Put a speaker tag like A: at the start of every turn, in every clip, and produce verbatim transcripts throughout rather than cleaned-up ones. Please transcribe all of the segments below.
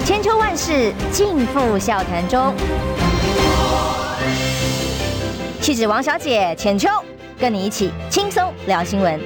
A: 千秋万世尽付笑谈中。气质王小姐浅秋，跟你一起轻松聊新闻。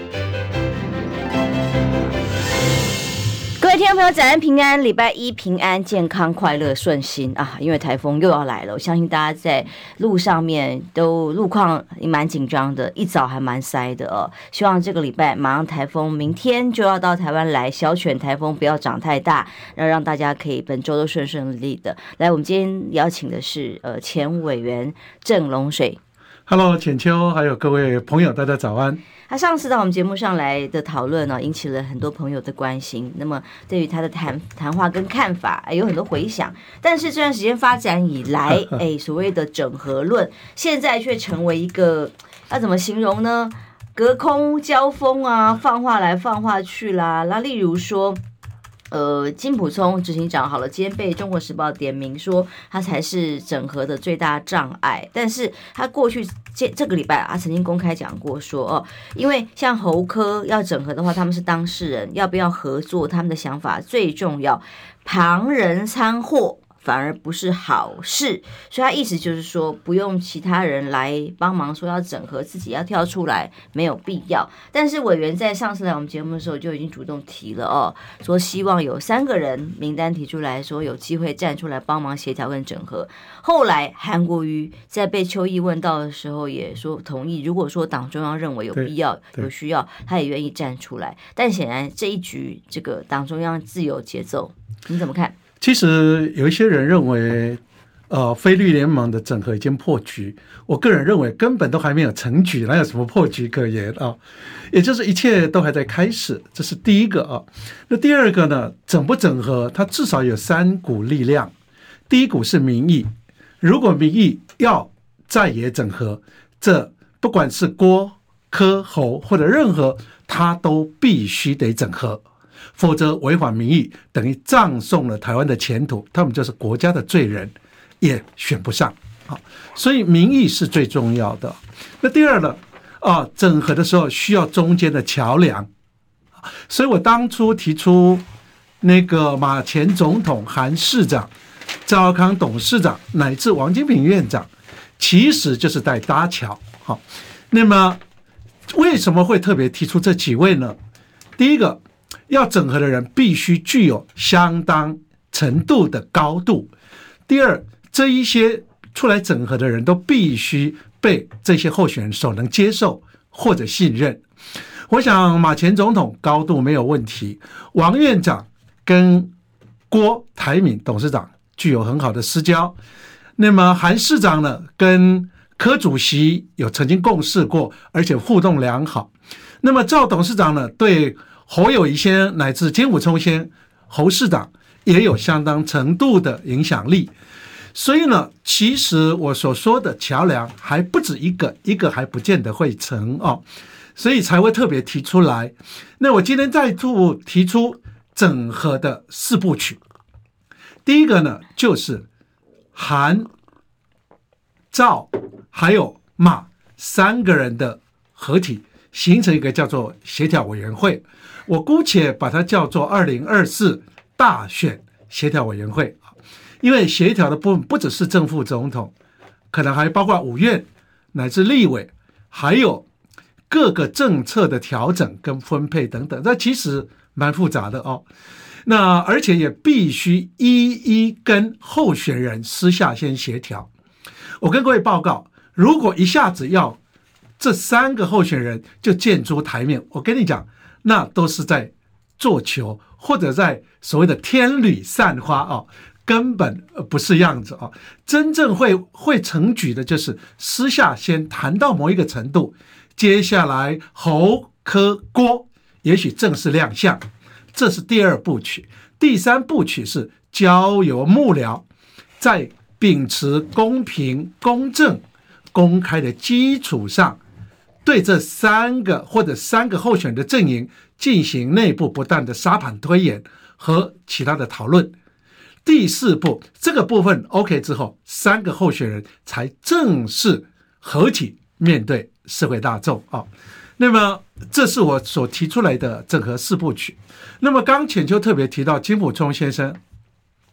A: 各位听众朋友，早安平安，礼拜一平安健康快乐顺心啊！因为台风又要来了，我相信大家在路上面都路况也蛮紧张的，一早还蛮塞的哦。希望这个礼拜马上台风明天就要到台湾来，小犬台风不要长太大，然后让大家可以本周都顺顺利利的。来，我们今天邀请的是呃前委员郑龙水。
B: Hello， 浅秋，还有各位朋友，大家早安。
A: 他上次到我们节目上来的讨论呢，引起了很多朋友的关心。那么对于他的谈谈话跟看法有很多回响，但是这段时间发展以来，哎，所谓的整合论，现在却成为一个要怎么形容呢？隔空交锋啊，放话来放话去啦。那例如说。呃，金溥聪执行长好了，今天被《中国时报》点名说他才是整合的最大障碍，但是他过去这这个礼拜啊，曾经公开讲过说哦，因为像侯科要整合的话，他们是当事人，要不要合作，他们的想法最重要，旁人掺和反而不是好事，所以他意思就是说，不用其他人来帮忙说要整合，自己要跳出来没有必要。但是委员在上次来我们节目的时候就已经主动提了哦，说希望有三个人名单提出来说有机会站出来帮忙协调跟整合。后来韩国瑜在被邱毅问到的时候也说同意，如果说党中央认为有必要有需要，他也愿意站出来。但显然这一局这个党中央自由节奏，你怎么看？
B: 其实有一些人认为，呃，非绿联盟的整合已经破局。我个人认为根本都还没有成局，哪有什么破局可言啊？也就是一切都还在开始，这是第一个啊。那第二个呢？整不整合，它至少有三股力量。第一股是民意，如果民意要在野整合，这不管是郭、柯、侯或者任何，他都必须得整合。否则违反民意，等于葬送了台湾的前途，他们就是国家的罪人，也选不上。所以民意是最重要的。那第二呢？啊，整合的时候需要中间的桥梁。所以我当初提出那个马前总统、韩市长、赵少康董事长乃至王金平院长，其实就是在搭桥。好，那么为什么会特别提出这几位呢？第一个。要整合的人必须具有相当程度的高度。第二，这一些出来整合的人都必须被这些候选人所能接受或者信任。我想马前总统高度没有问题，王院长跟郭台铭董事长具有很好的私交。那么韩市长呢，跟柯主席有曾经共事过，而且互动良好。那么赵董事长呢，对侯友宜先乃至金溥聪先侯市长也有相当程度的影响力，所以呢，其实我所说的桥梁还不止一个，一个还不见得会成哦，所以才会特别提出来。那我今天再度提出整合的四部曲，第一个呢就是韩、赵还有马三个人的合体，形成一个叫做协调委员会。我姑且把它叫做二零二四大选协调委员会，因为协调的部分不只是正副总统，可能还包括五院乃至立委，还有各个政策的调整跟分配等等，这其实蛮复杂的哦。那而且也必须一一跟候选人私下先协调。我跟各位报告，如果一下子要这三个候选人就见诸台面，我跟你讲，那都是在做球，或者在所谓的天女散花哦，根本不是样子哦。真正会会成局的，就是私下先谈到某一个程度，接下来侯、柯、郭也许正式亮相，这是第二部曲。第三部曲是交由幕僚，在秉持公平、公正、公开的基础上，对这三个或者三个候选人的阵营进行内部不断的沙盘推演和其他的讨论。第四步，这个部分 OK 之后，三个候选人才正式合体面对社会大众啊。那么这是我所提出来的整合四部曲。那么刚浅秋特别提到金溥聪先生，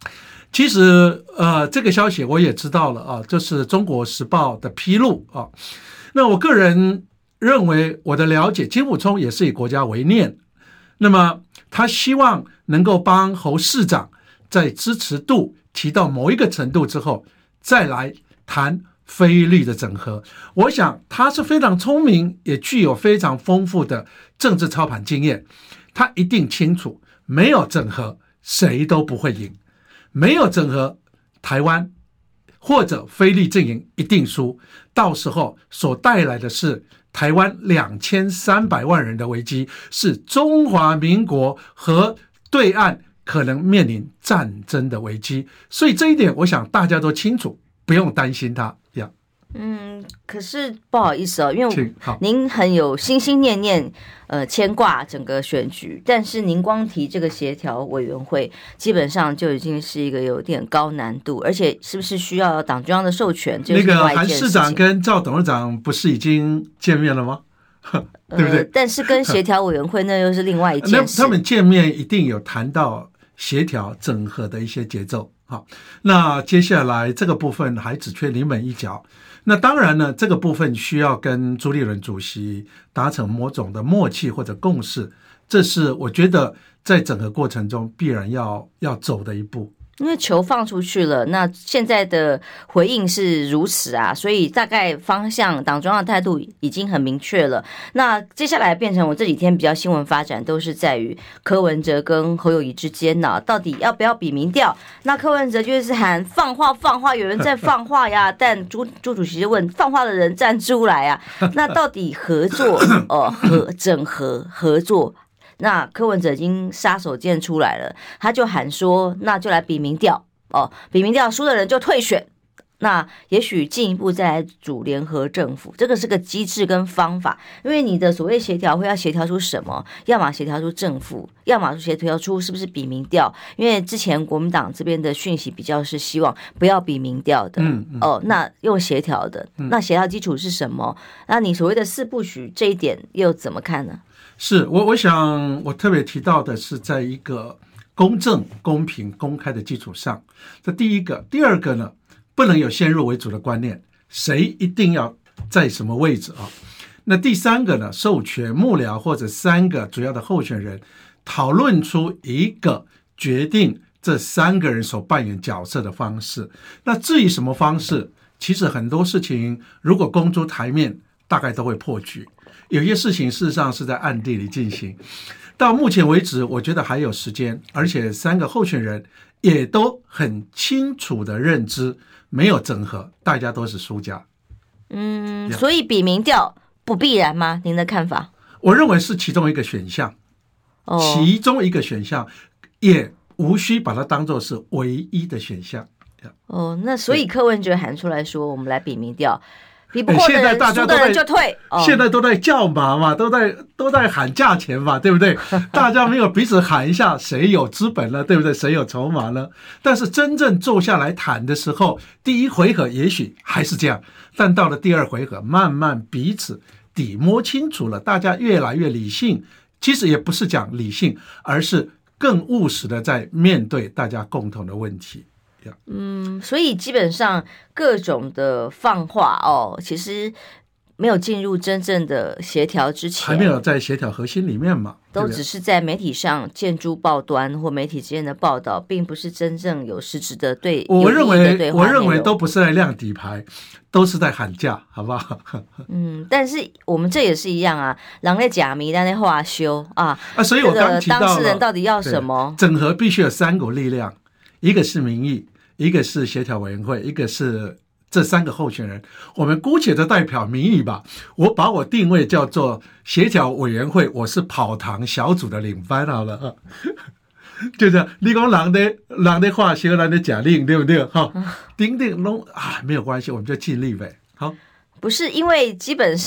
B: 其实呃，这个消息我也知道了啊，这是中国时报的披露啊。那我个人认为，我的了解，金溥聪也是以国家为念，那么他希望能够帮侯市长在支持度提到某一个程度之后，再来谈非绿的整合。我想他是非常聪明，也具有非常丰富的政治操盘经验，他一定清楚，没有整合谁都不会赢，没有整合台湾或者非绿阵营一定输，到时候所带来的是台湾两千三百万人的危机，是中华民国和对岸可能面临战争的危机。所以这一点我想大家都清楚，不用担心它呀。
A: 嗯，可是不好意思哦，因为您很有心心念念，呃，牵挂整个选举，但是您光提这个协调委员会，基本上就已经是一个有点高难度，而且是不是需要党中央的授权？
B: 那个韩市长跟赵董事长不是已经见面了吗？对不对？
A: 呃、但是跟协调委员会那又是另外一件事。
B: 那他们见面一定有谈到协调整合的一些节奏。好，那接下来这个部分还只缺临门一脚。那当然呢，这个部分需要跟朱立伦主席达成某种的默契或者共识，这是我觉得在整个过程中必然要要走的一步。
A: 因为球放出去了，那现在的回应是如此啊，所以大概方向党中央的态度已经很明确了。那接下来变成我这几天比较新闻发展都是在于柯文哲跟侯友宜之间呢、啊，到底要不要比民调？那柯文哲就是喊放话放话，有人在放话呀，但朱朱主席就问放话的人站出来啊，那到底合作呃合整合合作？那柯文哲已经杀手锏出来了，他就喊说，那就来比民调哦，比民调输的人就退选。那也许进一步再来组联合政府，这个是个机制跟方法。因为你的所谓协调会要协调出什么？要么协调出政府，要么协调出是不是比民调？因为之前国民党这边的讯息比较是希望不要比民调的，
B: 嗯嗯、
A: 哦，那用协调的，那协调基础是什么？那你所谓的四部曲这一点又怎么看呢？
B: 是我我想我特别提到的是在一个公正、公平、公开的基础上，这第一个。第二个呢，不能有先入为主的观念，谁一定要在什么位置啊？那第三个呢，授权幕僚或者三个主要的候选人讨论出一个决定这三个人所扮演角色的方式。那至于什么方式，其实很多事情如果公诸台面，大概都会破局。有些事情事实上是在暗地里进行，到目前为止我觉得还有时间，而且三个候选人也都很清楚的认知，没有整合大家都是输家。
A: 嗯，所以比民调不必然吗？您的看法？
B: 我认为是其中一个选项，哦、其中一个选项也无需把它当作是唯一的选项。
A: 哦，那所以柯文哲喊出来说我们来比民调，比不过的人，输的人就退。
B: 哦、现在都在叫码嘛，都在都在喊价钱嘛，对不对？大家没有彼此喊一下，谁有资本了，对不对？谁有筹码了？但是真正坐下来谈的时候，第一回合也许还是这样，但到了第二回合，慢慢彼此底摸清楚了，大家越来越理性。其实也不是讲理性，而是更务实的在面对大家共同的问题。
A: 嗯，所以基本上各种的放话哦，其实没有进入真正的协调之前，
B: 还没有在协调核心里面嘛，
A: 都只是在媒体上见诸报端或媒体之间的报道，并不是真正有实质的对
B: 我认为
A: 对
B: 我认为都不是在亮底牌，都是在喊价，好不好？
A: 嗯，但是我们这也是一样啊，人在假迷，但在话修啊
B: 啊，所以我刚提到了、
A: 这个、当事人到底要什么？
B: 整合必须有三股力量，一个是民意，一个是协调委员会，一个是这三个候选人，我们姑且就代表民意吧。我把我定位叫做协调委员会，我是跑堂小组的领班好了哈。就这样，你讲人的人的话修，人的假令，对不对？哈，顶顶弄啊，没有关系，我们就尽力呗。好。
A: 不是因为基本上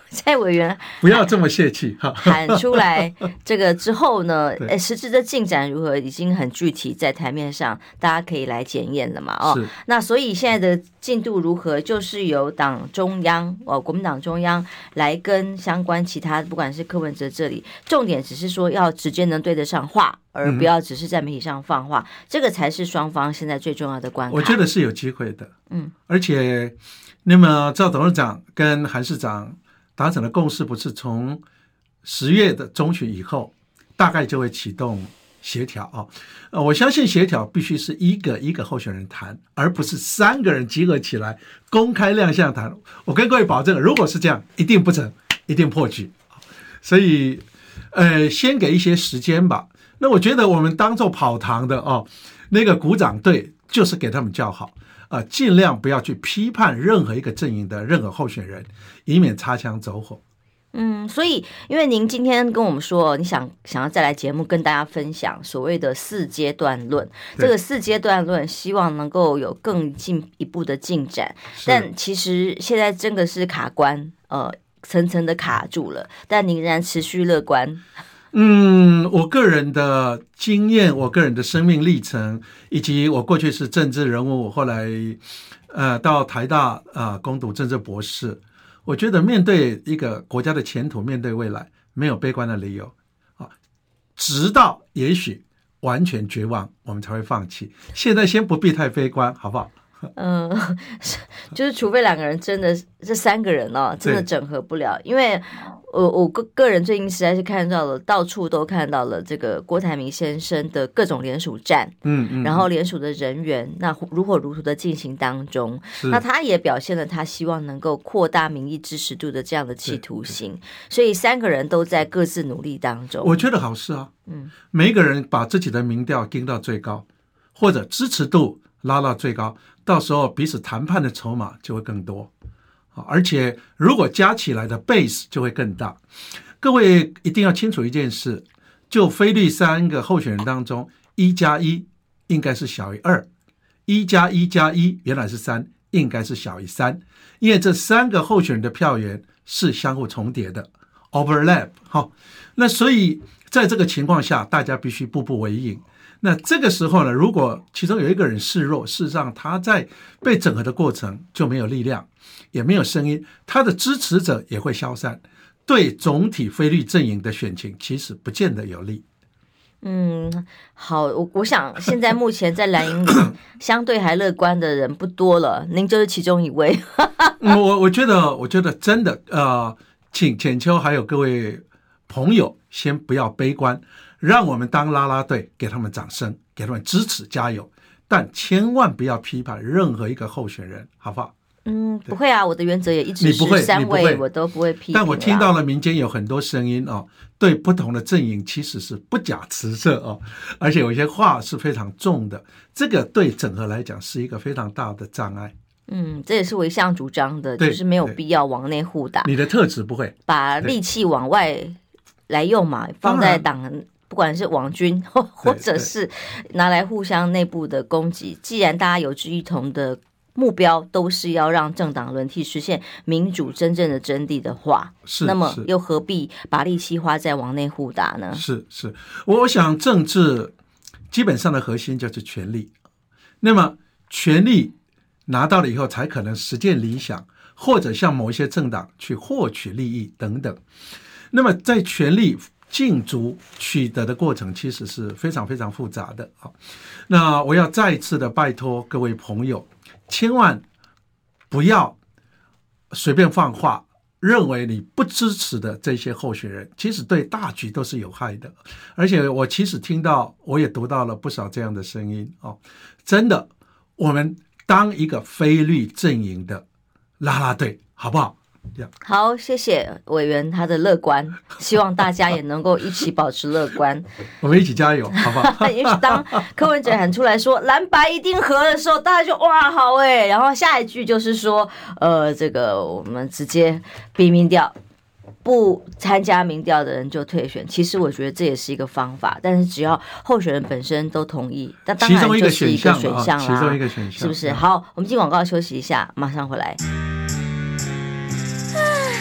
A: 蔡委员
B: 不要这么泄气哈。
A: 喊出来这个之后呢，呃，实质的进展如何，已经很具体在台面上，大家可以来检验了嘛。哦，那所以现在的进度如何，就是由党中央哦，国民党中央来跟相关其他，不管是柯文哲这里，重点只是说要直接能对得上话，而不要只是在媒体上放话，嗯、这个才是双方现在最重要的关卡。
B: 我觉得是有机会的，嗯，而且那么赵董事长跟韩市长达成的共识，不是从十月的中旬以后，大概就会启动协调啊。呃，我相信协调必须是一个一个候选人谈，而不是三个人集合起来公开亮相谈。我跟各位保证，如果是这样，一定不成，一定破局。所以，呃，先给一些时间吧。那我觉得我们当做跑堂的哦，那个鼓掌队就是给他们叫好。啊，尽量不要去批判任何一个阵营的任何候选人，以免擦枪走火。
A: 嗯，所以因为您今天跟我们说，你想想要再来节目跟大家分享所谓的四阶段论，这个四阶段论希望能够有更进一步的进展，但其实现在真的是卡关，呃，层层的卡住了，但您仍然持续乐观。
B: 嗯，我个人的经验，我个人的生命历程，以及我过去是政治人物，我后来呃到台大啊、呃、攻读政治博士，我觉得面对一个国家的前途，面对未来，没有悲观的理由啊，直到也许完全绝望，我们才会放弃。现在先不必太悲观，好不好？
A: 嗯、呃，就是除非两个人真的这三个人哦，真的整合不了，因为我我个个人最近实在是看到了，到处都看到了这个郭台铭先生的各种联署战，嗯嗯，然后联署的人员那如火如荼的进行当中，那他也表现了他希望能够扩大民意支持度的这样的企图心，所以三个人都在各自努力当中，
B: 我觉得好事啊，嗯，每一个人把自己的民调盯到最高，或者支持度拉到最高，到时候彼此谈判的筹码就会更多，而且如果加起来的 base 就会更大。各位一定要清楚一件事，就非绿三个候选人当中，一加一应该是小于二，一加一加一原来是三，应该是小于三，因为这三个候选人的票源是相互重叠的 overlap。 好，那所以在这个情况下，大家必须步步为营。那这个时候呢，如果其中有一个人示弱，事实上他在被整合的过程就没有力量，也没有声音，他的支持者也会消散，对总体非绿阵营的选情其实不见得有利。
A: 嗯，好，我我想现在目前在蓝营里相对还乐观的人不多了，您就是其中一位。
B: 嗯、我我觉得，我觉得真的，呃，请浅秋还有各位朋友先不要悲观，让我们当啦啦队，给他们掌声，给他们支持，加油，但千万不要批判任何一个候选人，好不好？
A: 嗯，不会啊，我的原则也一直是三位我都不会批评。
B: 但我听到了民间有很多声音哦，对不同的阵营其实是不假辞色哦，而且有些话是非常重的，这个对整合来讲是一个非常大的障碍。
A: 嗯，这也是我一向主张的，就是没有必要往内互打。
B: 你的特质不会
A: 把力气往外来用嘛，放在党，不管是网军或者是拿来互相内部的攻击。既然大家有志一同的目标都是要让政党轮替，实现民主真正的真谛的话，那么又何必把力气花在往内互打呢？
B: 是是，我想政治基本上的核心就是权力，那么权力拿到了以后才可能实践理想，或者向某一些政党去获取利益等等。那么在权力竞逐取得的过程其实是非常非常复杂的。那我要再一次的拜托各位朋友，千万不要随便放话，认为你不支持的这些候选人其实对大局都是有害的。而且我其实听到，我也读到了不少这样的声音哦，真的，我们当一个非绿阵营的啦啦队，好不好？
A: 好，谢谢委员他的乐观，希望大家也能够一起保持乐观。
B: 我们一起加油，好不好？
A: 也许当柯文哲喊出来说蓝白一定合的时候，大家就哇好哎，然后下一句就是说，呃，这个我们直接逼民调，不参加民调的人就退选。其实我觉得这也是一个方法，但是只要候选人本身都同意，那当然就是一个选项啦，
B: 其中一个选项，
A: 是不是？好，我们进广告休息一下，马上回来。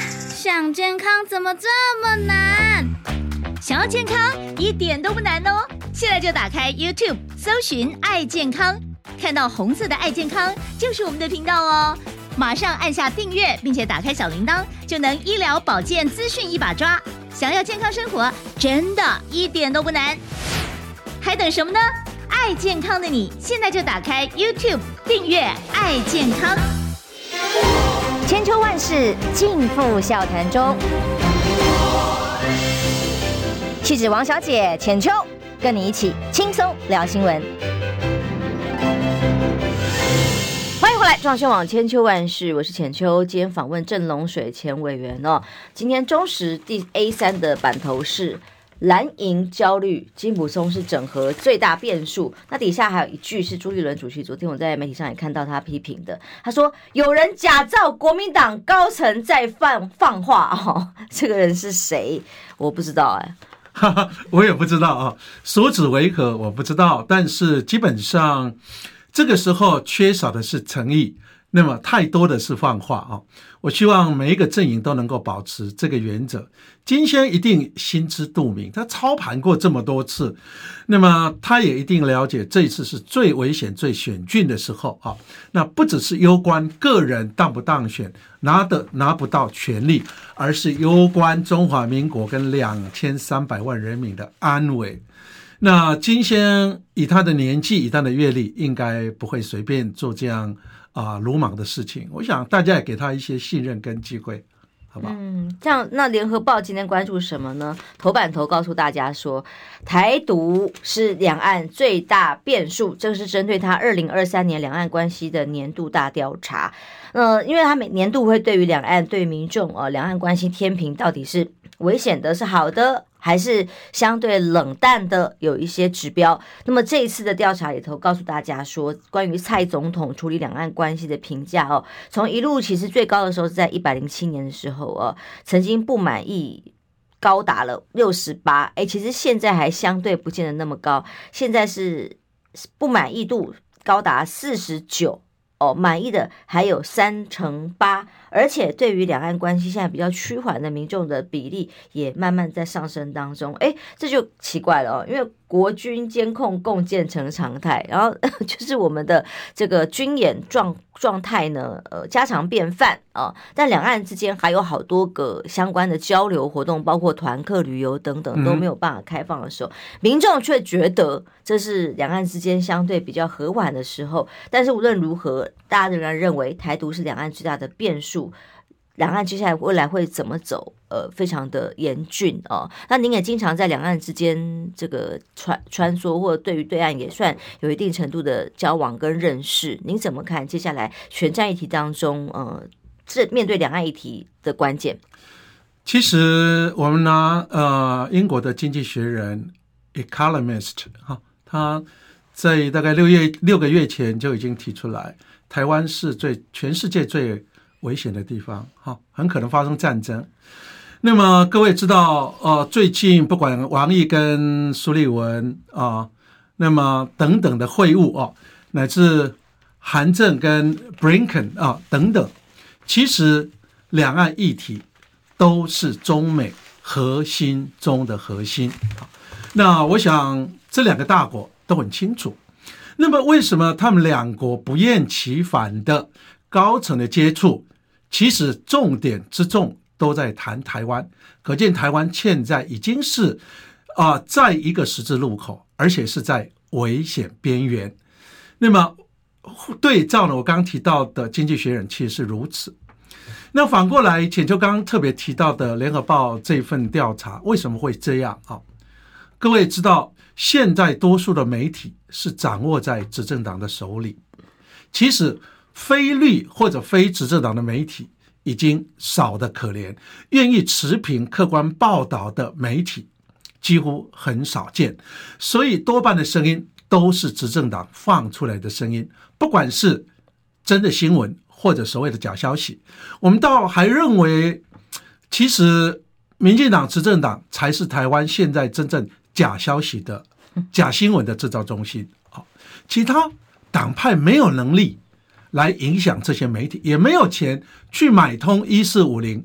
C: 想健康怎么这么难？
D: 想要健康一点都不难哦！现在就打开 YouTube 搜寻爱健康，看到红色的爱健康就是我们的频道哦。马上按下订阅，并且打开小铃铛，就能医疗保健资讯一把抓。想要健康生活，真的一点都不难，还等什么呢？爱健康的你，现在就打开 YouTube 订阅爱健康。
E: 千秋万世尽付笑谈中，气质王小姐浅秋，跟你一起轻松聊新闻。
A: 欢迎回来，中央新闻网千秋万世，我是浅秋。今天访问郑龙水前委员哦。今天中时第 A 三 的版头是蓝营焦虑，金溥聪是整合最大变数。那底下还有一句是朱立伦主席，昨天我在媒体上也看到他批评的，他说有人假造国民党高层在放放话哦，这个人是谁？我不知道哎。
B: 哈哈，我也不知道啊，所指为何我不知道，但是基本上这个时候缺少的是诚意，那么太多的是放话啊。我希望每一个阵营都能够保持这个原则。金先一定心知肚明，他操盘过这么多次，那么他也一定了解这一次是最危险最险峻的时候啊。那不只是攸关个人当不当选，拿的拿不到权利，而是攸关中华民国跟两千三百万人民的安危。那金先以他的年纪，以他的阅历，应该不会随便做这样啊、呃、鲁莽的事情。我想大家也给他一些信任跟机会，好不好？
A: 嗯，这样那联合报今天关注什么呢？头版头告诉大家说，台独是两岸最大变数，这是针对他二零二三年两岸关系的年度大调查。呃，因为他每年度会对于两岸对民众呃两岸关系天平到底是危险的，是好的，还是相对冷淡的，有一些指标。那么这一次的调查里头告诉大家说，关于蔡总统处理两岸关系的评价哦，从一路其实最高的时候是在一百零七年的时候哦，曾经不满意高达了六十八，哎，其实现在还相对不见得那么高，现在是不满意度高达四十九。哦，满意的还有三成八，而且对于两岸关系现在比较趋缓的民众的比例也慢慢在上升当中。哎，这就奇怪了哦，因为国军监控共建成常态，然后就是我们的这个军演状状态呢，呃，家常便饭啊。但两岸之间还有好多个相关的交流活动，包括团客旅游等等都没有办法开放的时候，嗯、民众却觉得这是两岸之间相对比较和缓的时候。但是无论如何，大家仍然认为台独是两岸最大的变数。两岸接下来未来会怎么走？呃，非常的严峻哦。那您也经常在两岸之间这个穿穿梭，或者对于对岸也算有一定程度的交往跟认识。您怎么看接下来选战议题当中，呃，这面对两岸议题的关键？
B: 其实我们拿呃英国的经济学人 Economist 哈，他在大概六月六个月前就已经提出来，台湾是最全世界最危险的地方，哈，很可能发生战争。那么各位知道，呃，最近不管王毅跟苏立文啊、呃，那么等等的会晤哦，乃至韩正跟 Blinken 啊、呃、等等，其实两岸议题都是中美核心中的核心。那我想这两个大国都很清楚。那么为什么他们两国不厌其烦的高层的接触？其实重点之重都在谈台湾，可见台湾现在已经是啊、呃，在一个十字路口，而且是在危险边缘。那么对照呢，我刚刚提到的经济学人其实是如此。那反过来，浅秋刚刚特别提到的联合报这份调查，为什么会这样啊？各位知道，现在多数的媒体是掌握在执政党的手里，其实非绿或者非执政党的媒体已经少得可怜，愿意持平客观报道的媒体几乎很少见，所以多半的声音都是执政党放出来的声音，不管是真的新闻或者所谓的假消息。我们倒还认为，其实民进党执政党才是台湾现在真正假消息的假新闻的制造中心，其他党派没有能力来影响这些媒体，也没有钱去买通一四五零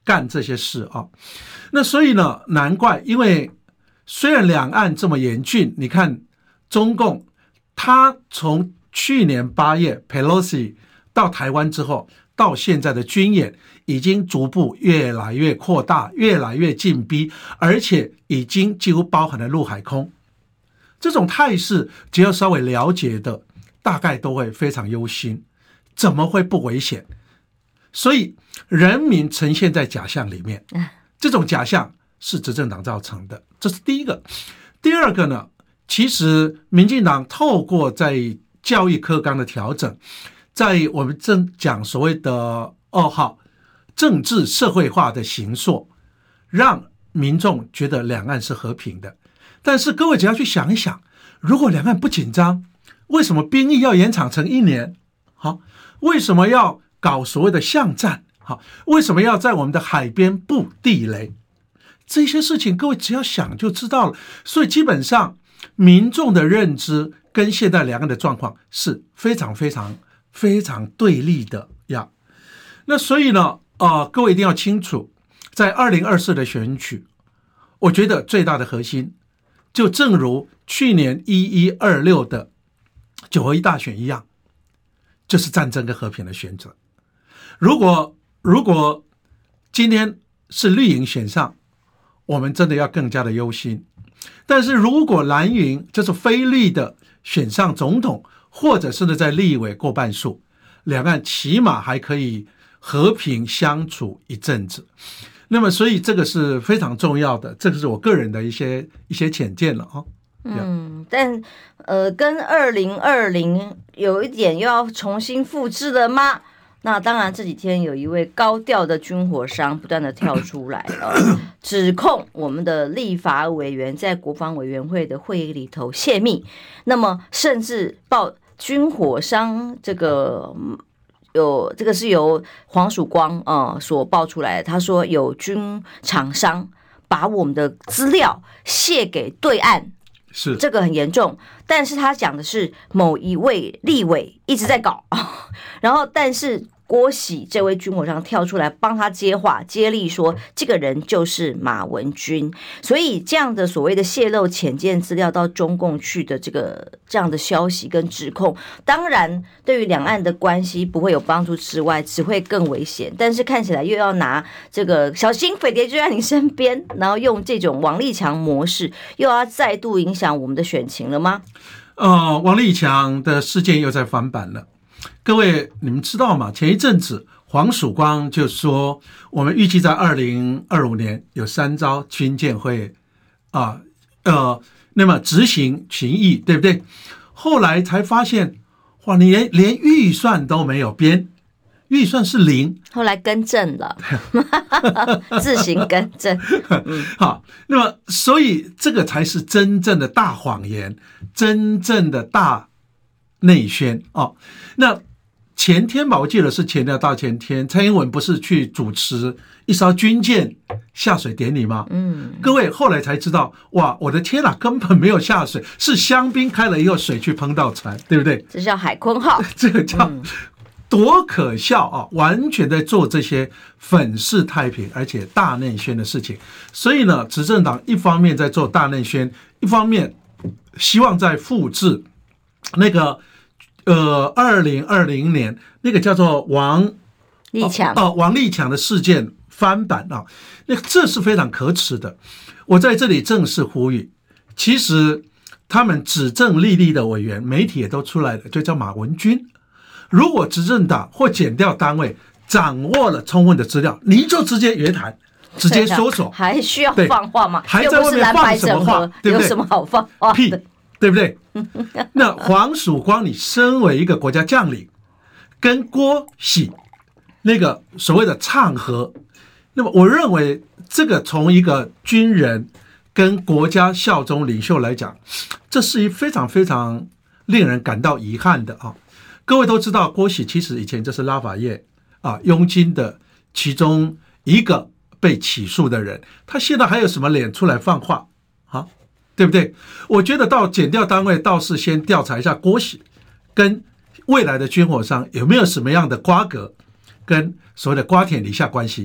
B: 干这些事啊。那所以呢，难怪，因为虽然两岸这么严峻，你看中共，他从去年八月 Pelosi 到台湾之后，到现在的军演已经逐步越来越扩大，越来越进逼，而且已经几乎包含了陆海空。这种态势，只要稍微了解的，大概都会非常忧心，怎么会不危险？所以人民呈现在假象里面，这种假象是执政党造成的，这是第一个。第二个呢，其实民进党透过在教育课纲的调整，在我们正讲所谓的二号政治社会化的形塑，让民众觉得两岸是和平的。但是各位只要去想一想，如果两岸不紧张，为什么兵役要延长成一年？好，为什么要搞所谓的巷战？好，为什么要在我们的海边布地雷？这些事情各位只要想就知道了。所以基本上民众的认知跟现在两岸的状况是非常非常非常对立的呀。那所以呢，呃，各位一定要清楚，在二零二四的选举，我觉得最大的核心，就正如去年一一二六的九合一大选一样，就是战争跟和平的选择。如果如果今天是绿营选上，我们真的要更加的忧心。但是如果蓝营就是非绿的选上总统，或者是在立委过半数，两岸起码还可以和平相处一阵子。那么所以这个是非常重要的，这个是我个人的一些一些浅见了啊。
A: 嗯，但呃，跟二零二零有一点又要重新复制了吗？那当然，这几天有一位高调的军火商不断的跳出来，呃，指控我们的立法委员在国防委员会的会议里头泄密，那么甚至报军火商这个。有这个是由黄曙光呃所爆出来的，他说有军厂商把我们的资料泄给对岸，
B: 是
A: 这个很严重。但是他讲的是某一位立委一直在搞，然后但是郭喜这位军火商跳出来帮他接话接力说这个人就是马文君，所以这样的所谓的泄露潜舰资料到中共去的这个这样的消息跟指控，当然对于两岸的关系不会有帮助之外，只会更危险。但是看起来又要拿这个小心匪谍就在你身边，然后用这种王立强模式，又要再度影响我们的选情了吗？
B: 呃，王立强的事件又在翻版了。各位，你们知道吗？前一阵子黄曙光就说，我们预计在二零二五年有三艘军舰会啊呃，那么执行巡弋，对不对？后来才发现，哇，你连连预算都没有编，预算是零。
A: 后来更正了，自行更正。
B: 嗯、好，那么所以这个才是真正的大谎言，真正的大内宣哦。那前天吧，我记得是前天到前天，蔡英文不是去主持一艘军舰下水典礼吗？嗯，各位后来才知道，哇，我的天哪，根本没有下水，是香槟开了以后水去喷到船，对不对？
A: 这叫海鲲号，
B: 这个叫多可笑啊！完全在做这些粉饰太平而且大内宣的事情。所以呢，执政党一方面在做大内宣，一方面希望在复制那个。呃，二零二零年那个叫做王
A: 立强
B: 哦，王立强的事件翻版啊，那这是非常可耻的。我在这里正式呼吁，其实他们指证立立的委员，媒体也都出来了，就叫马文君。如果执政党或检调单位掌握了充分的资料，你就直接约谈，直接搜索，
A: 还需要放话吗？
B: 还在外面放什么话？对不对？
A: 有什么好放话的？
B: 屁！对不对？那黄曙光，你身为一个国家将领，跟郭喜那个所谓的唱和，那么我认为这个从一个军人跟国家效忠领袖来讲，这是一非常非常令人感到遗憾的啊！各位都知道，郭喜其实以前就是拉法叶啊拥军的其中一个被起诉的人，他现在还有什么脸出来放话啊？对不对？我觉得到检调单位倒是先调查一下郭喜跟未来的军火商有没有什么样的瓜葛，跟所谓的瓜田李下关系，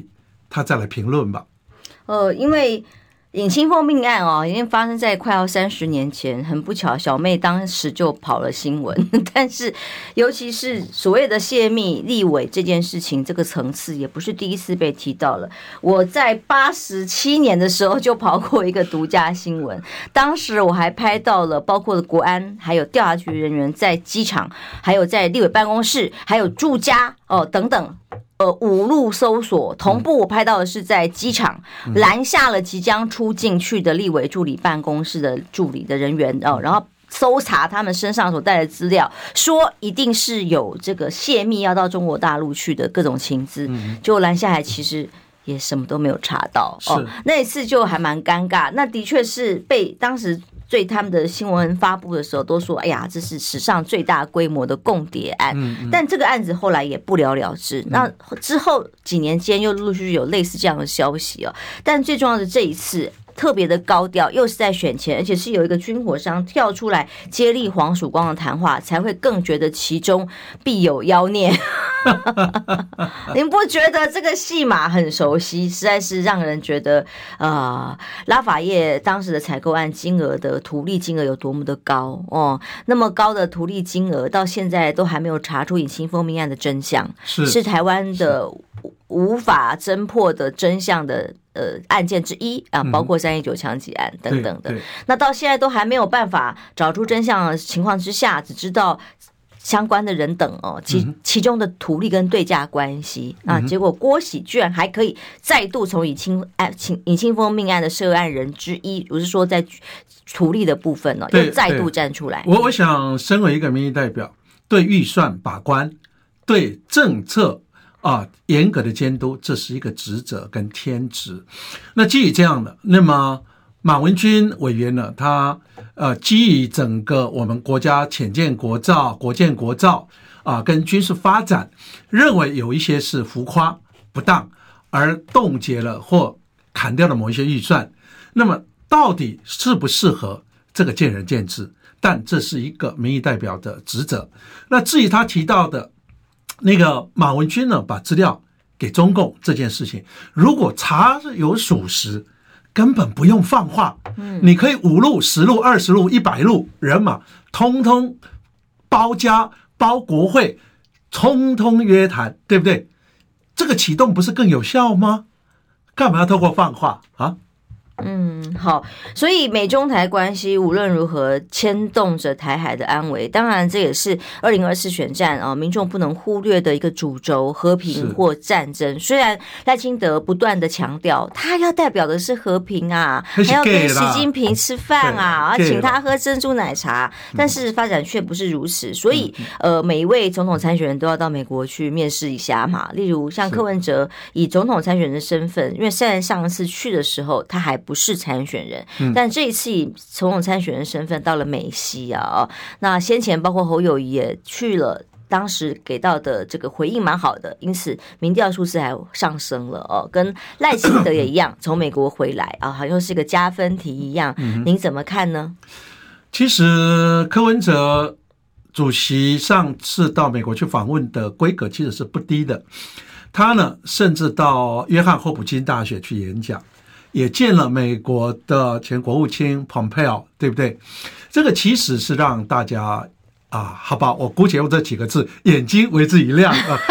B: 他再来评论吧。
A: 呃，因为尹清凤命案哦，已经发生在快要三十年前，很不巧，小妹当时就跑了新闻。但是，尤其是所谓的泄密立委这件事情，这个层次也不是第一次被提到了。我在八十七年的时候就跑过一个独家新闻，当时我还拍到了包括了国安，还有调查局人员在机场，还有在立委办公室，还有住家哦等等。呃，五路搜索同步，我拍到的是在机场拦下了即将出境去的立委助理办公室的助理的人员哦，然后搜查他们身上所带的资料，说一定是有这个泄密要到中国大陆去的各种情资，结果拦下来其实也什么都没有查到哦，那一次就还蛮尴尬。那的确是被当时。对他们的新闻发布的时候都说，哎呀，这是史上最大规模的共谍案。嗯嗯，但这个案子后来也不了了之。嗯、那之后几年间又陆续有类似这样的消息哦。但最重要的这一次特别的高调，又是在选前，而且是有一个军火商跳出来接力黄曙光的谈话，才会更觉得其中必有妖孽。您不觉得这个戏码很熟悉？实在是让人觉得，呃，拉法叶当时的采购案金额的图利金额有多么的高哦，那么高的图利金额，到现在都还没有查出尹清凤命案的真相，是是台湾的无法侦破的真相的。呃，案件之一啊，包括三一九枪击案等等的，那到现在都还没有办法找出真相的情况之下，只知道相关的人等哦，其其中的图利跟对价关系啊，结果郭喜居然还可以再度从尹清案、尹清凤命案的涉案人之一，我是说在图利的部分哦，又再度站出来。
B: 我我想，身为一个民意代表，对预算把关，对政策。啊，严格的监督，这是一个职责跟天职。那基于这样的，那么马文君委员呢，他呃基于整个我们国家潜舰国造、国建国造啊，跟军事发展，认为有一些是浮夸不当，而冻结了或砍掉了某一些预算。那么到底适不适合，这个见仁见智，但这是一个民意代表的职责。那至于他提到的。那个马文君呢，把资料给中共这件事情，如果查有属实，根本不用放话，嗯，你可以五路、十路、二十路、一百路人马，通通包家、包国会，通通约谈，对不对？这个启动不是更有效吗？干嘛要透过放话啊？
A: 嗯，好，所以美中台关系无论如何牵动着台海的安危，当然这也是二零二四选战啊，民众不能忽略的一个主轴，和平或战争。虽然赖清德不断的强调，他要代表的是和平啊，还要跟习近平吃饭啊，请他喝珍珠奶茶，但是发展却不是如此。所以呃，每一位总统参选人都要到美国去面试一下嘛。例如像柯文哲以总统参选人的身份，因为虽然上一次去的时候他还不是参选人，但这一次以总统参选人身份到了美西啊，那先前包括侯友宜也去了，当时给到的这个回应蛮好的，因此民调数字还上升了哦，跟赖清德也一样，从美国回来啊，好像是个加分题一样，您怎么看呢？
B: 其实柯文哲主席上次到美国去访问的规格其实是不低的，他呢甚至到约翰霍普金大学去演讲。也见了美国的前国务卿 Pompeo， 对不对？这个其实是让大家啊，好吧，我姑且用这几个字，眼睛为之一亮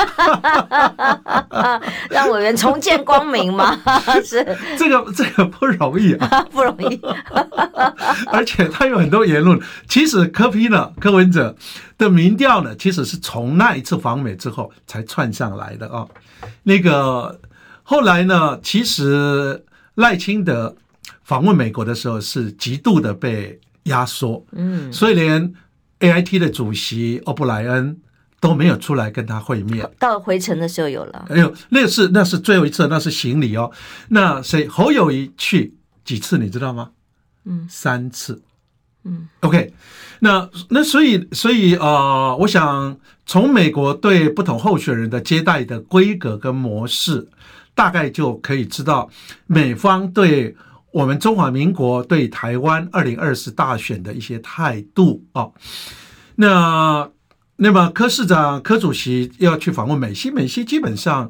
A: 啊，让委员重见光明吗？是
B: 这个这个不容易啊，
A: 不容易。
B: 而且他有很多言论，其实柯 P 呢，柯文哲的民调呢，其实是从那一次访美之后才窜上来的啊。那个后来呢，其实。赖清德访问美国的时候是极度的被压缩，嗯，所以连 A I T 的主席欧布莱恩都没有出来跟他会面。
A: 到回程的时候有了，
B: 哎呦，那是那是最后一次，那是行礼哦。那谁侯友宜去几次你知道吗？嗯，三次。嗯 ，OK， 那那所以所以呃，我想从美国对不同候选人的接待的规格跟模式。大概就可以知道美方对我们中华民国对台湾二零二四大选的一些态度啊。那那么柯市长柯主席要去访问美西，美西基本上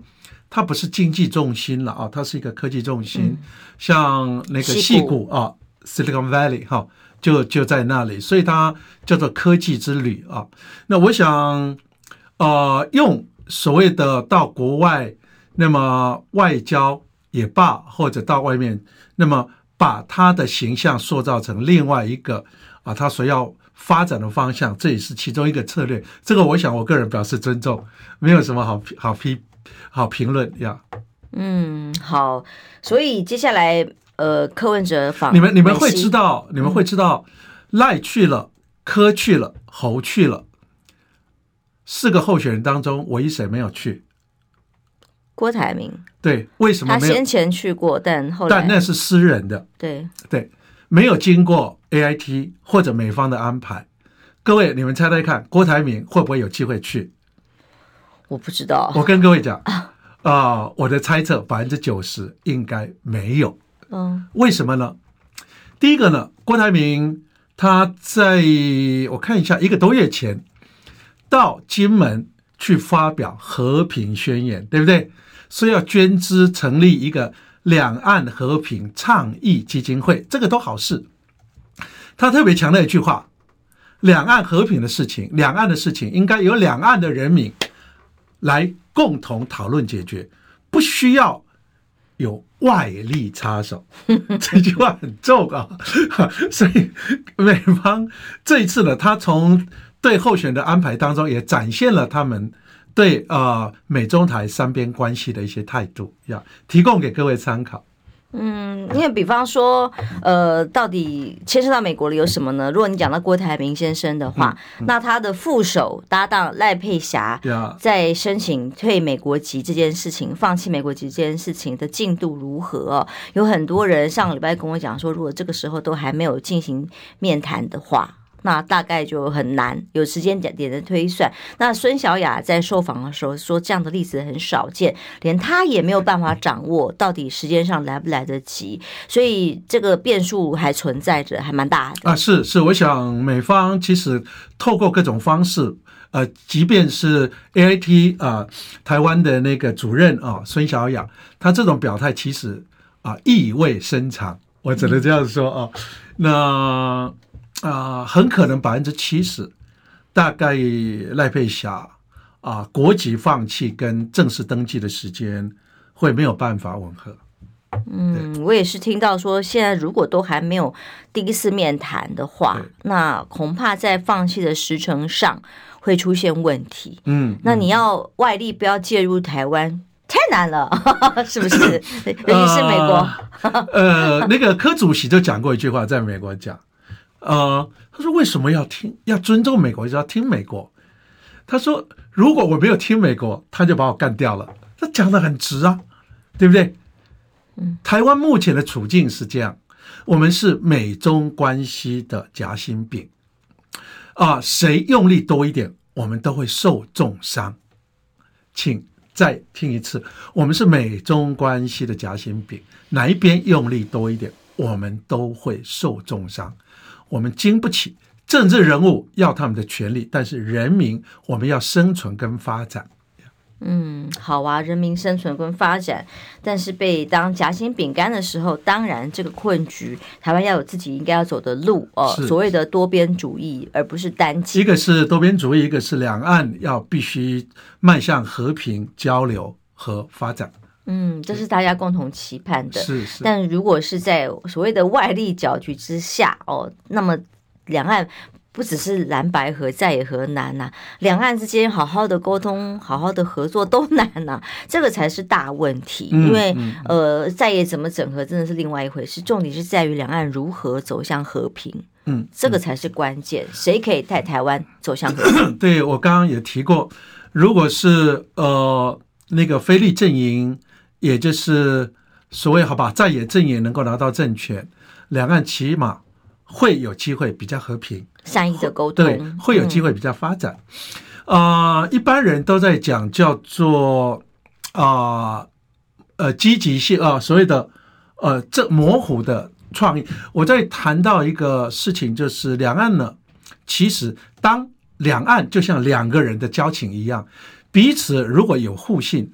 B: 它不是经济重心了啊，它是一个科技重心，嗯、像那个矽谷啊 ，Silicon Valley 哈、啊，就就在那里，所以它叫做科技之旅啊。那我想，呃，用所谓的到国外，那么外交也罢，或者到外面，那么把他的形象塑造成另外一个啊，他所要发展的方向，这也是其中一个策略。这个我想我个人表示尊重，没有什么好好批好评论呀。
A: 嗯，好，所以接下来呃，柯文哲访
B: 你们你们会知道，你们会知道赖去了，柯去了，侯去了，四个候选人当中，唯一谁没有去？
A: 郭台铭。
B: 对，为什么没有？
A: 他先前去过，但后来
B: 但那是私人的。
A: 对
B: 对，没有经过 A I T 或者美方的安排。各位，你们猜猜看，郭台铭会不会有机会去？
A: 我不知道。
B: 我跟各位讲啊、呃，我的猜测百分之九十应该没有。
A: 嗯，
B: 为什么呢？第一个呢，郭台铭他在我看一下一个多月前到金门去发表和平宣言，对不对？说要捐资成立一个两岸和平倡议基金会，这个都好事。他特别强调一句话：两岸和平的事情，两岸的事情应该由两岸的人民来共同讨论解决，不需要有外力插手。这句话很重啊，所以美方这一次呢，他从对候选的安排当中也展现了他们对呃美中台三边关系的一些态度，要提供给各位参考。
A: 嗯，因为比方说，呃，到底牵涉到美国的有什么呢？如果你讲到郭台铭先生的话，嗯嗯、那他的副手搭档赖佩霞在申请退美国籍这件事情，放弃美国籍这件事情的进度如何、哦？有很多人上个礼拜跟我讲说，如果这个时候都还没有进行面谈的话，那大概就很难有时间点点的推算。那孙小雅在受访的时候说，这样的例子很少见，连她也没有办法掌握到底时间上来不来得及，所以这个变数还存在着，还蛮大的
B: 啊。是是，我想美方其实透过各种方式，呃，即便是 A I T 啊、呃，台湾的那个主任啊、呃、孙小雅，她这种表态其实啊、呃、意味深长，我只能这样说啊。嗯、那啊、呃，很可能百分之七十，大概赖佩霞啊、呃，国籍放弃跟正式登记的时间会没有办法吻合。
A: 嗯，我也是听到说，现在如果都还没有第一次面谈的话，那恐怕在放弃的时程上会出现问题。嗯，那你要外力不要介入台湾，太难了，是不是？尤其是美国。
B: 呃, 呃，那个柯主席就讲过一句话，在美国讲。呃，他说为什么要听要尊重美国，就要听美国。他说如果我没有听美国，他就把我干掉了。他讲得很直啊，对不对？嗯，台湾目前的处境是这样，我们是美中关系的夹心饼啊、呃，谁用力多一点，我们都会受重伤。请再听一次，我们是美中关系的夹心饼，哪一边用力多一点，我们都会受重伤。我们经不起政治人物要他们的权利，但是人民我们要生存跟发展。
A: 嗯，好啊，人民生存跟发展，但是被当夹心饼干的时候，当然这个困局，台湾要有自己应该要走的路哦，所谓的多边主义，而不是单极。
B: 一个是多边主义，一个是两岸要必须迈向和平交流和发展。
A: 嗯，这是大家共同期盼的。
B: 是是。
A: 但如果是在所谓的外力搅局之下哦，那么两岸不只是蓝白合，在野合难呐、啊，两岸之间好好的沟通、好好的合作都难呐、啊，这个才是大问题。嗯、因为、嗯、呃，在野怎么整合真的是另外一回事，重点是在于两岸如何走向和平。嗯，这个才是关键。谁可以带台湾走向和平？
B: 对，我刚刚也提过，如果是呃那个非利阵营。也就是所谓好吧，在野阵营能够拿到政权，两岸起码会有机会比较和平、
A: 善意的沟通，
B: 对，会有机会比较发展。啊、嗯呃，一般人都在讲叫做啊呃积极性啊、呃，所谓的呃这模糊的创意。我在谈到一个事情，就是两岸呢，其实当两岸就像两个人的交情一样，彼此如果有互信。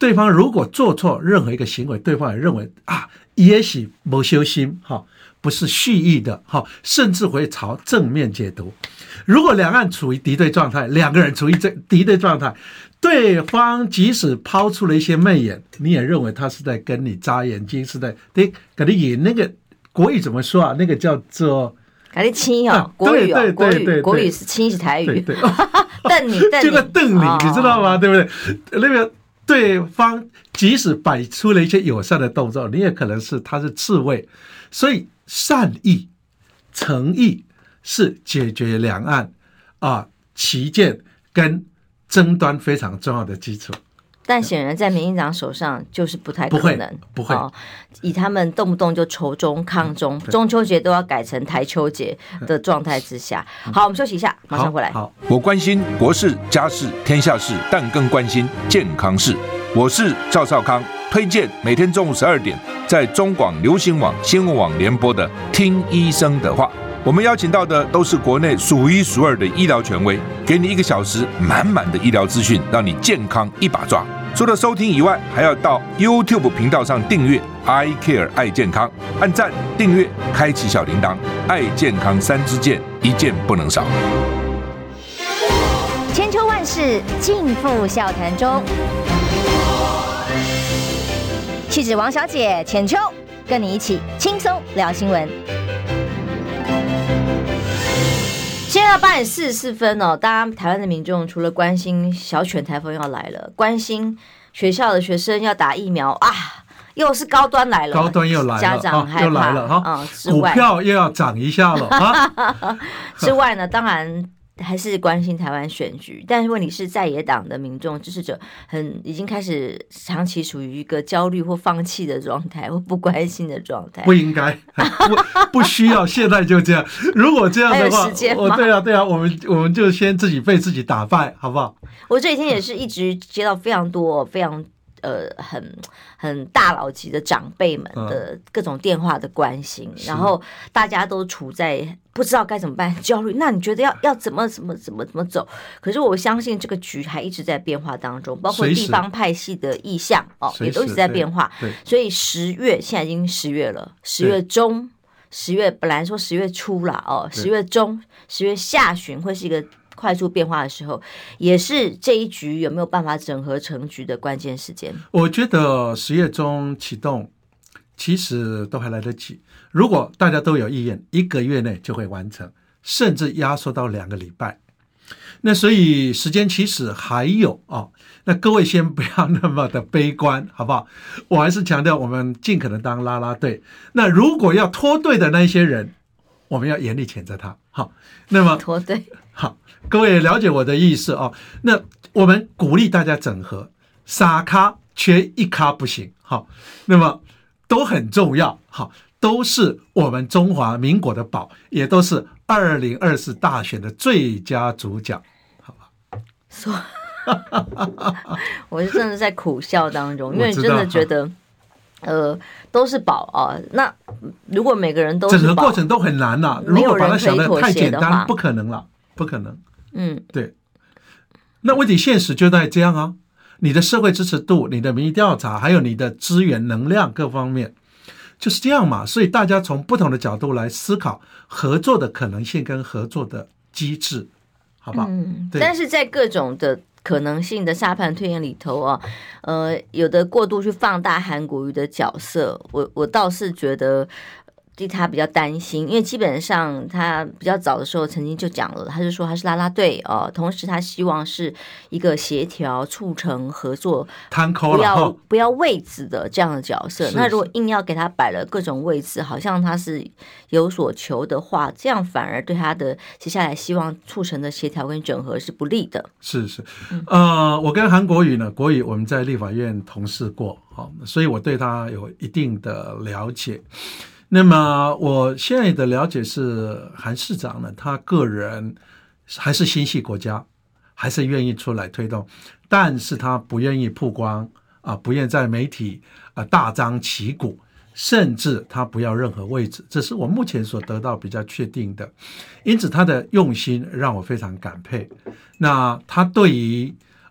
B: 对方如果做错任何一个行为，对方也认为啊，也许没修心哈，不是蓄意的哈，甚至会朝正面解读。如果两岸处于敌对状态，两个人处于这敌对状态，对方即使抛出了一些媚眼，你也认为他是在跟你眨眼睛，是在对跟你演那个国语怎么说啊？那个叫做。
A: 给你亲哦，国语哦，国语国语是亲是台语，
B: 对对，
A: 瞪你瞪你，
B: 这个瞪你，你知道吗？对不对？那个对方即使摆出了一些友善的动作，你也可能是他是刺猬，所以善意、诚意是解决两岸啊歧见跟争端非常重要的基础。
A: 但显然在民进党手上就是不太可能，
B: 不会，不会
A: 哦、以他们动不动就仇中抗中，中秋节都要改成台秋节的状态之下。好，我们休息一下，马上回来。
B: 好，好
F: 我关心国事、家事、天下事，但更关心健康事。我是赵少康，推荐每天中午十二点在中广流行网、新闻网联播的《听医生的话》。我们邀请到的都是国内数一数二的医疗权威，给你一个小时满满的医疗资讯，让你健康一把抓。除了收听以外，还要到 YouTube 频道上订阅 I Care 爱健康，按赞、订阅、开启小铃铛，爱健康三支箭，一件不能少。
E: 千秋万世尽付笑谈中。气质王小姐浅秋，跟你一起轻松聊新闻。
A: 现在到八点四十四分哦，大家台湾的民众除了关心小犬台风要来了，关心学校的学生要打疫苗啊，又是高端来了，
B: 高端又来了，
A: 家长害怕，
B: 又来了哈、
A: 嗯，
B: 股票又要涨一下了啊。
A: 之外呢，当然还是关心台湾选举，但是问题是在野党的民众支持者很已经开始长期处于一个焦虑或放弃的状态，或不关心的状态。
B: 不应该，不不需要，现在就这样。如果这样的话，我对啊对啊，我们我们就先自己被自己打败，好不好？
A: 我这几天也是一直接到非常多非常。呃，很很大佬级的长辈们的各种电话的关心，嗯、然后大家都处在不知道该怎么办焦虑。那你觉得要要怎么怎么怎么怎么走？可是我相信这个局还一直在变化当中，包括地方派系的意向哦，也都一直在变化。所以十月现在已经十月了，十月中、十月本来说十月初啦哦，十月中、十月下旬会是一个。快速变化的时候，也是这一局有没有办法整合成局的关键时间。
B: 我觉得十月中启动，其实都还来得及。如果大家都有意愿，一个月内就会完成，甚至压缩到两个礼拜。那所以时间其实还有哦。那各位先不要那么的悲观，好不好？我还是强调，我们尽可能当啦啦队。那如果要脱队的那些人，我们要严厉谴责他。好，那么
A: 脱队。
B: 好，各位了解我的意思哦。那我们鼓励大家整合，傻咖缺一咖不行。好，那么都很重要。好，都是我们中华民国的宝，也都是二零二四大选的最佳主角。好吧？
A: 说，我是真的在苦笑当中，因为真的觉得。呃，都是宝啊。那如果每个人都是宝，整
B: 个过程都很难呐、啊。如果把它想得太简单，不可能了，不可能。嗯，对。那问题现实就在这样啊，你的社会支持度、你的民意调查，还有你的资源、能量各方面，就是这样嘛。所以大家从不同的角度来思考合作的可能性跟合作的机制，好不好？
A: 嗯，但是在各种的。可能性的沙盘推演里头啊，呃，有的过度去放大韩国瑜的角色，我我倒是觉得对他比较担心，因为基本上他比较早的时候曾经就讲了，他就说他是啦啦队哦、呃，同时他希望是一个协调、促成合作，不要不要位置的这样的角色。那如果硬要给他摆了各种位置，好像他是有所求的话，这样反而对他的接下来希望促成的协调跟整合是不利的。
B: 是是，呃，我跟韩国瑜呢，国瑜我们在立法院同事过，好，所以我对他有一定的了解。那么我现在的了解是，韩市长呢，他个人还是心系国家，还是愿意出来推动，但是他不愿意曝光啊，不愿在媒体啊大张旗鼓，甚至他不要任何位置，这是我目前所得到比较确定的。因此他的用心让我非常感佩。那他对于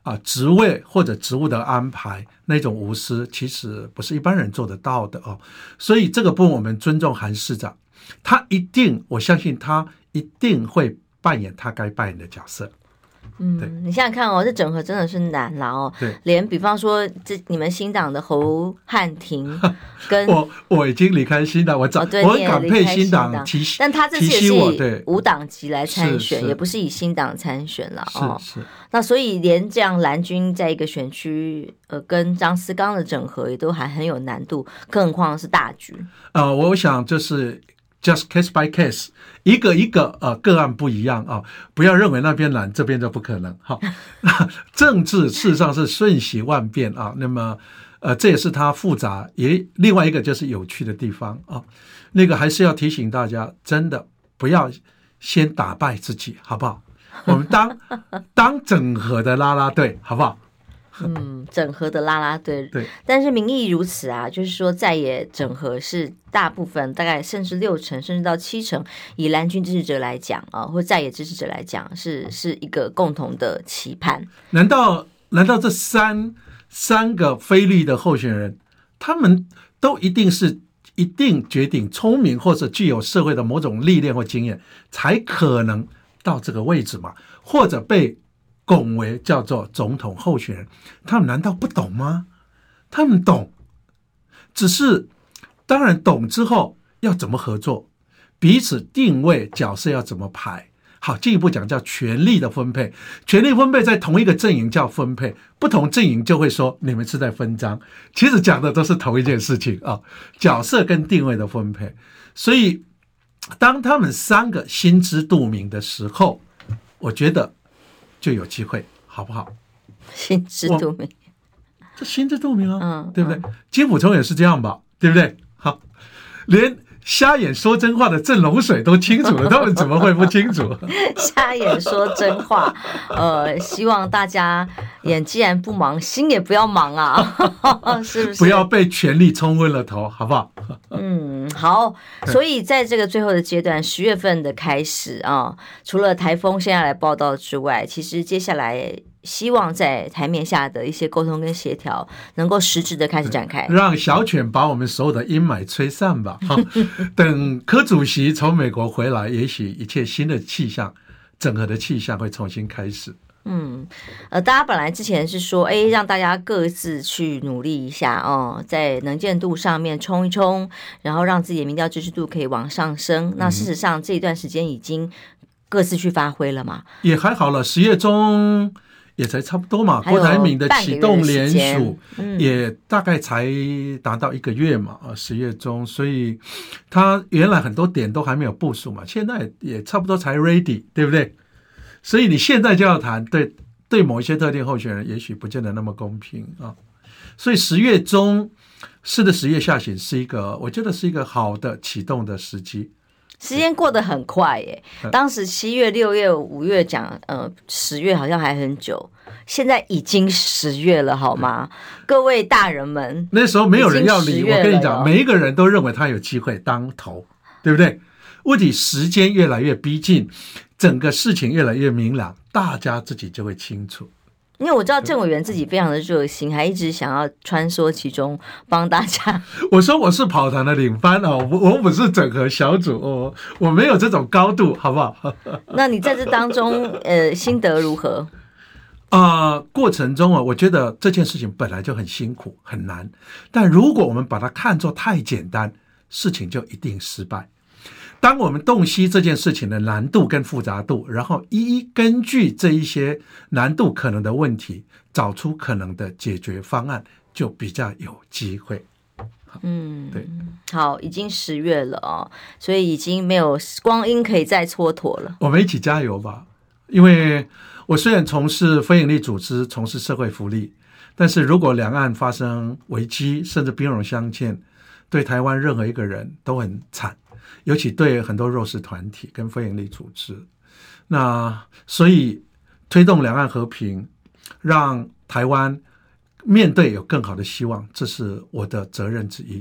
B: 啊职位或者职务的安排，那种无私其实不是一般人做得到的哦。所以这个部分我们尊重韩市长，他一定，我相信他一定会扮演他该扮演的角色。
A: 嗯，你想想看哦，这整合真的是难啦哦。
B: 对，
A: 连比方说，这你们新党的侯汉廷跟
B: 我我已经离开新党，我早、
A: 哦、
B: 我很感佩新党提，
A: 但他这次也是无党籍来参选，也不是以新党参选了哦。
B: 是是。
A: 那所以连这样蓝军在一个选区，呃，跟张思刚的整合也都还很有难度，更何况是大局。
B: 呃，我想就是。just case by case， 一个一个呃个案不一样啊，不要认为那边难，这边就不可能。好，政治事实上是瞬息万变啊，那么呃这也是它复杂，也另外一个就是有趣的地方啊。那个还是要提醒大家，真的不要先打败自己，好不好？我们当当整合的啦啦队，好不好？
A: 嗯，整合的啦啦队，
B: 对，
A: 但是民意如此啊，就是说在野整合是大部分，大概甚至六成，甚至到七成，以蓝军支持者来讲啊，或在野支持者来讲，是是一个共同的期盼。
B: 难道难道这三三个非绿的候选人，他们都一定是一定绝顶聪明，或者具有社会的某种历练或经验，才可能到这个位置吗？或者被拱为叫做总统候选人，他们难道不懂吗？他们懂，只是当然懂之后要怎么合作，彼此定位角色要怎么排。好，进一步讲叫权力的分配，权力分配在同一个阵营叫分配，不同阵营就会说你们是在分赃，其实讲的都是同一件事情啊，角色跟定位的分配。所以当他们三个心知肚明的时候，我觉得就有机会，好不好？
A: 心知肚明，
B: 这心知肚明啊，
A: 嗯，
B: 对不对？金溥聪也是这样吧，对不对？好，连瞎眼说真话的郑龙水都清楚了，他们怎么会不清楚？
A: 瞎眼说真话，呃，希望大家眼既然不忙，心也不要忙啊，是不是？
B: 不要被权力冲昏了头，好不好？
A: 嗯，好。所以在这个最后的阶段，十月份的开始啊，除了台风现在来报道之外，其实接下来希望在台面下的一些沟通跟协调能够实质的开始展开，
B: 让小犬把我们所有的阴霾吹散吧。等柯主席从美国回来，也许一切新的气象，整合的气象会重新开始。
A: 嗯，呃，大家本来之前是说，哎，让大家各自去努力一下哦，在能见度上面冲一冲，然后让自己的民调支持度可以往上升。那事实上这一段时间已经各自去发挥了嘛？
B: 也还好了，十月中也才差不多嘛。郭台铭的启动联署也大概才达到一个月嘛，啊，十月中，所以他原来很多点都还没有部署嘛，现在也差不多才 ready， 对不对？所以你现在就要谈，对对某一些特定候选人，也许不见得那么公平啊。所以十月中，是的，十月下旬是一个，我觉得是一个好的启动的时机。
A: 时间过得很快耶，当时七月、六月、五月讲，呃，十月好像还很久，现在已经十月了，好吗？各位大人们，
B: 那时候没有人要理，我跟你讲，每一个人都认为他有机会当头，对不对？问题时间越来越逼近，整个事情越来越明朗，大家自己就会清楚。
A: 因为我知道郑委员自己非常的热心，还一直想要穿梭其中帮大家。
B: 我说我是跑团的领班哦，我我不是整合小组哦，我没有这种高度，好不好？
A: 那你在这当中，呃，心得如何？
B: 啊、呃，过程中啊，我觉得这件事情本来就很辛苦很难，但如果我们把它看作太简单，事情就一定失败。当我们洞悉这件事情的难度跟复杂度，然后一一根据这一些难度可能的问题，找出可能的解决方案，就比较有机会。
A: 嗯，
B: 对，
A: 好，已经十月了哦，所以已经没有光阴可以再蹉跎了。
B: 我们一起加油吧！因为我虽然从事非营利组织，从事社会福利，但是如果两岸发生危机，甚至兵戎相见，对台湾任何一个人都很惨。尤其对很多弱势团体跟非营利组织，那所以推动两岸和平，让台湾面对有更好的希望，这是我的责任之一。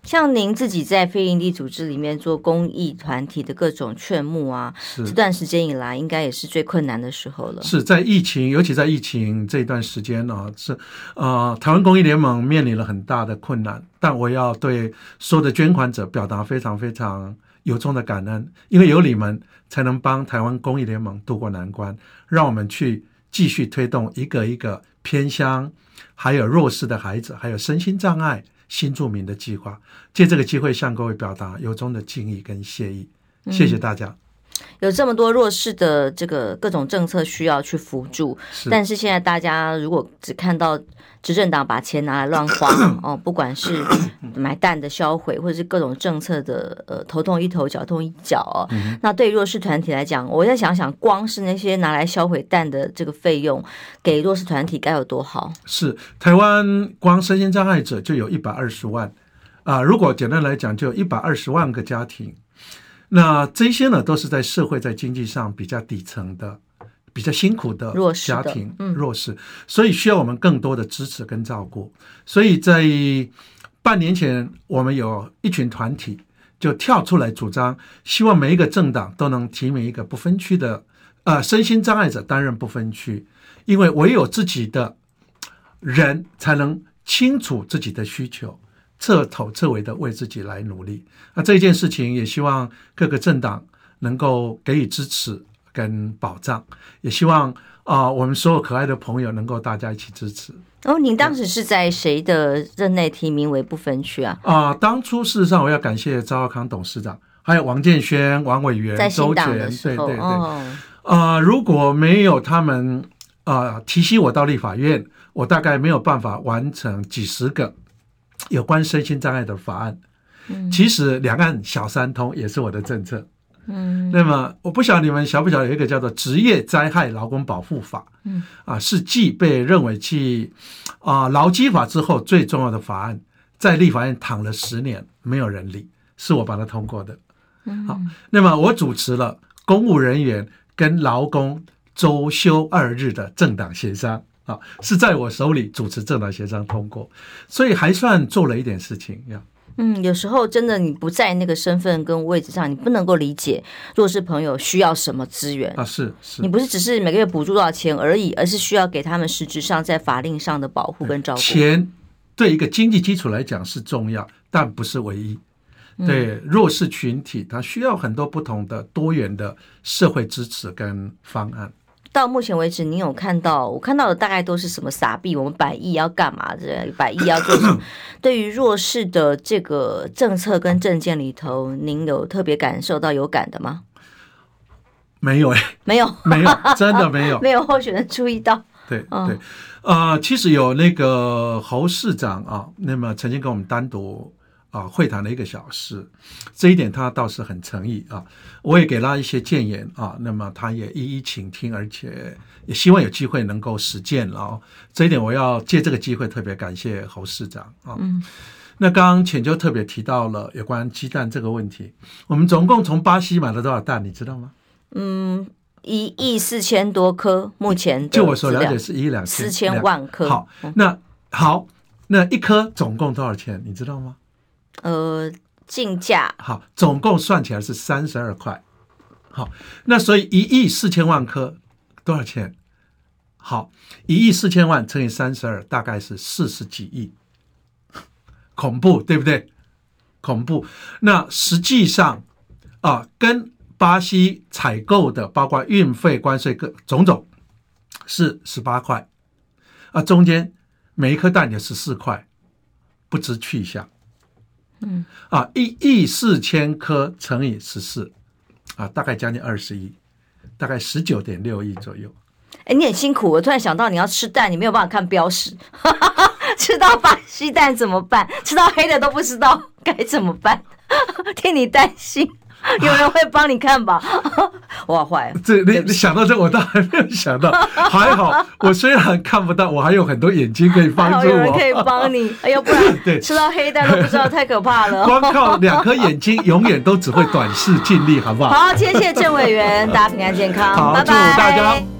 A: 像您自己在非营利组织里面做公益团体的各种劝募啊，这段时间以来应该也是最困难的时候了。
B: 是在疫情，尤其在疫情这段时间呢、啊，是呃，台湾公益联盟面临了很大的困难，但我要对所有的捐款者表达非常非常由衷的感恩，因为有你们才能帮台湾公益联盟渡过难关，让我们去继续推动一个一个偏乡还有弱势的孩子还有身心障碍新住民的计划，借这个机会向各位表达由衷的敬意跟谢意，谢谢大家。嗯，
A: 有这么多弱势的这个各种政策需要去扶助，是但是现在大家如果只看到执政党把钱拿来乱花哦，不管是买蛋的销毁，或者是各种政策的呃头痛医头脚痛医脚哦，嗯、那对弱势团体来讲，我再想想，光是那些拿来销毁蛋的这个费用，给弱势团体该有多好？
B: 是台湾光身心障碍者就有一百二十万啊、呃，如果简单来讲，就有一百二十万个家庭。那这些呢，都是在社会在经济上比较底层的、比较辛苦的家庭，
A: 弱势，嗯、
B: 弱势，所以需要我们更多的支持跟照顾。所以在半年前，我们有一群团体就跳出来主张，希望每一个政党都能提名一个不分区的呃身心障碍者担任不分区，因为唯有自己的人才能清楚自己的需求，彻头彻尾的为自己来努力。那这件事情也希望各个政党能够给予支持跟保障，也希望啊、呃，我们所有可爱的朋友能够大家一起支持。
A: 哦，您当时是在谁的任内提名为不分区啊？
B: 啊、呃，当初事实上我要感谢赵少康董事长，还有王建轩、王委员、
A: 在新党
B: 周全，
A: 的时候，
B: 对对对。
A: 哦、
B: 呃，如果没有他们啊、呃、提携我到立法院，我大概没有办法完成几十个有关身心障碍的法案。嗯、其实两岸小三通也是我的政策。嗯，那么我不晓得你们晓不晓得有一个叫做职业灾害劳工保护法，嗯，啊，是继被认为继啊劳基法之后最重要的法案，在立法院躺了十年没有人理，是我把它通过的。嗯，好，那么我主持了公务人员跟劳工周休二日的政党协商，啊，是在我手里主持政党协商通过，所以还算做了一点事情呀。
A: 嗯，有时候真的你不在那个身份跟位置上，你不能够理解弱势朋友需要什么资源
B: 啊，是是，
A: 你不是只是每个月补助多少钱而已，而是需要给他们实质上在法令上的保护跟照顾。
B: 钱对一个经济基础来讲是重要，但不是唯一。对弱势群体，他需要很多不同的多元的社会支持跟方案。
A: 到目前为止，您有看到？我看到的大概都是什么撒币？我们百亿要干嘛？这百亿要做什么？对于弱势的这个政策跟政见里头，您有特别感受到有感的吗？
B: 没有哎、欸，
A: 没有，
B: 没有，真的没有，
A: 没有候选人注意到。
B: 对对，呃，其实有那个侯市长啊，那么曾经跟我们单独啊会谈了一个小时，这一点他倒是很诚意啊，我也给他一些建言啊，那么他也一一倾听，而且也希望有机会能够实践了啊，这一点我要借这个机会特别感谢侯市长啊。嗯，那刚刚浅就特别提到了有关鸡蛋这个问题，我们总共从巴西买了多少蛋，你知道吗？
A: 嗯，一亿四千多颗，目前
B: 就我所了解是一两千
A: 四千万颗。
B: 好，那好，那一颗总共多少钱？你知道吗？
A: 呃，进价
B: 好，总共算起来是三十二块。好，那所以一亿四千万颗多少钱？好，一亿四千万乘以三十二，大概是四十几亿，恐怖，对不对？恐怖。那实际上啊，跟巴西采购的，包括运费、关税各种种，是十八块，啊，中间每一颗蛋有十四块，不知去向。嗯，啊，一亿四千颗乘以十四，啊，大概将近二十亿，大概十九点六亿左右。
A: 哎，你很辛苦，我突然想到你要吃蛋，你没有办法看标识，吃到巴西蛋怎么办？吃到黑的都不知道该怎么办，替你担心。有人会帮你看吧？我好坏，
B: 这你你想到这，我倒还没有想到。还好，我虽然看不到，我还有很多眼睛可以帮助我。
A: 有人可以帮你，哎呦，不然吃到黑蛋都不知道，太可怕了。
B: 光靠两颗眼睛，永远都只会短视尽力，好不好？
A: 好，谢谢郑委员，大家平安健康，
B: 好，
A: 拜拜，
B: 祝大家。